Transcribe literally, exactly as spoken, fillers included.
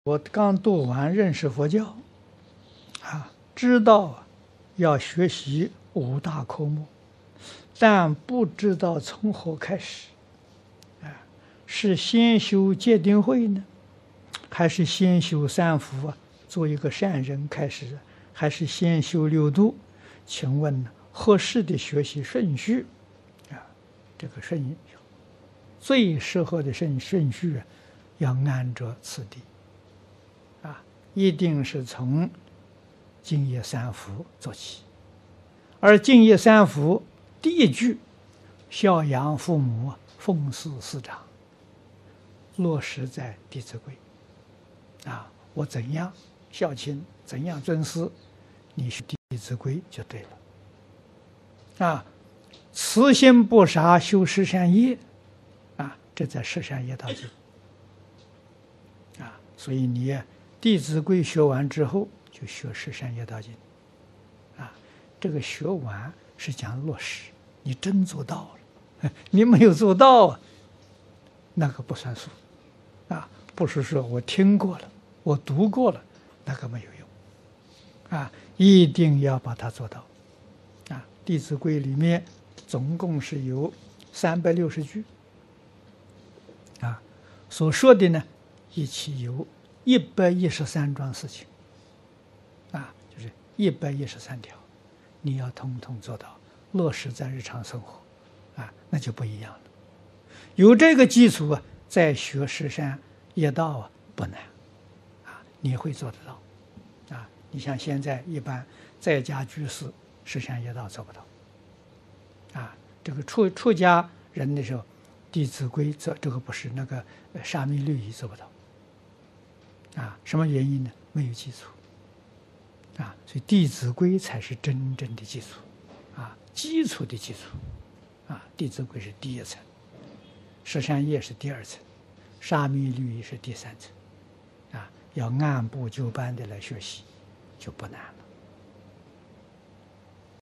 我刚读完认识佛教，啊，知道要学习五大科目，但不知道从何开始。啊，是先修戒定慧呢，还是先修三福啊，做一个善人开始，还是先修六度？请问合适的学习顺序啊，这个顺最适合的顺顺序啊，要按着次第。啊，一定是从净业三福做起，而净业三福第一句“孝养父母，奉事师长”，落实在《弟子规》。啊，我怎样孝亲，怎样尊师，你学《弟子规》就对了。啊，慈心不杀，修十善业，啊，这在十善业道经。啊，所以你《弟子规》学完之后，就学十善业道经。啊，这个学完是讲落实，你真做到了，你没有做到，那个不算数。啊，不是说我听过了，我读过了，那个没有用。啊，一定要把它做到。啊，《弟子规》里面总共是有三百六十句。啊，所说的呢，一起有一百一十三桩事情，啊，就是一百一十三条，你要统统做到，落实在日常生活，啊，那就不一样了。有这个基础啊，再学十善业道啊，不难，啊，你会做得到，啊，你像现在一般在家居士，十善业道做不到，啊，这个出出家人的时候，《弟子规》这这个不是那个沙弥律仪做不到。啊，什么原因呢？没有基础。啊，所以《弟子规》才是真正的基础，啊，基础的基础。啊，《弟子规》是第一层，十善业是第二层，沙弥律仪是第三层。啊，要按部就班的来学习，就不难了。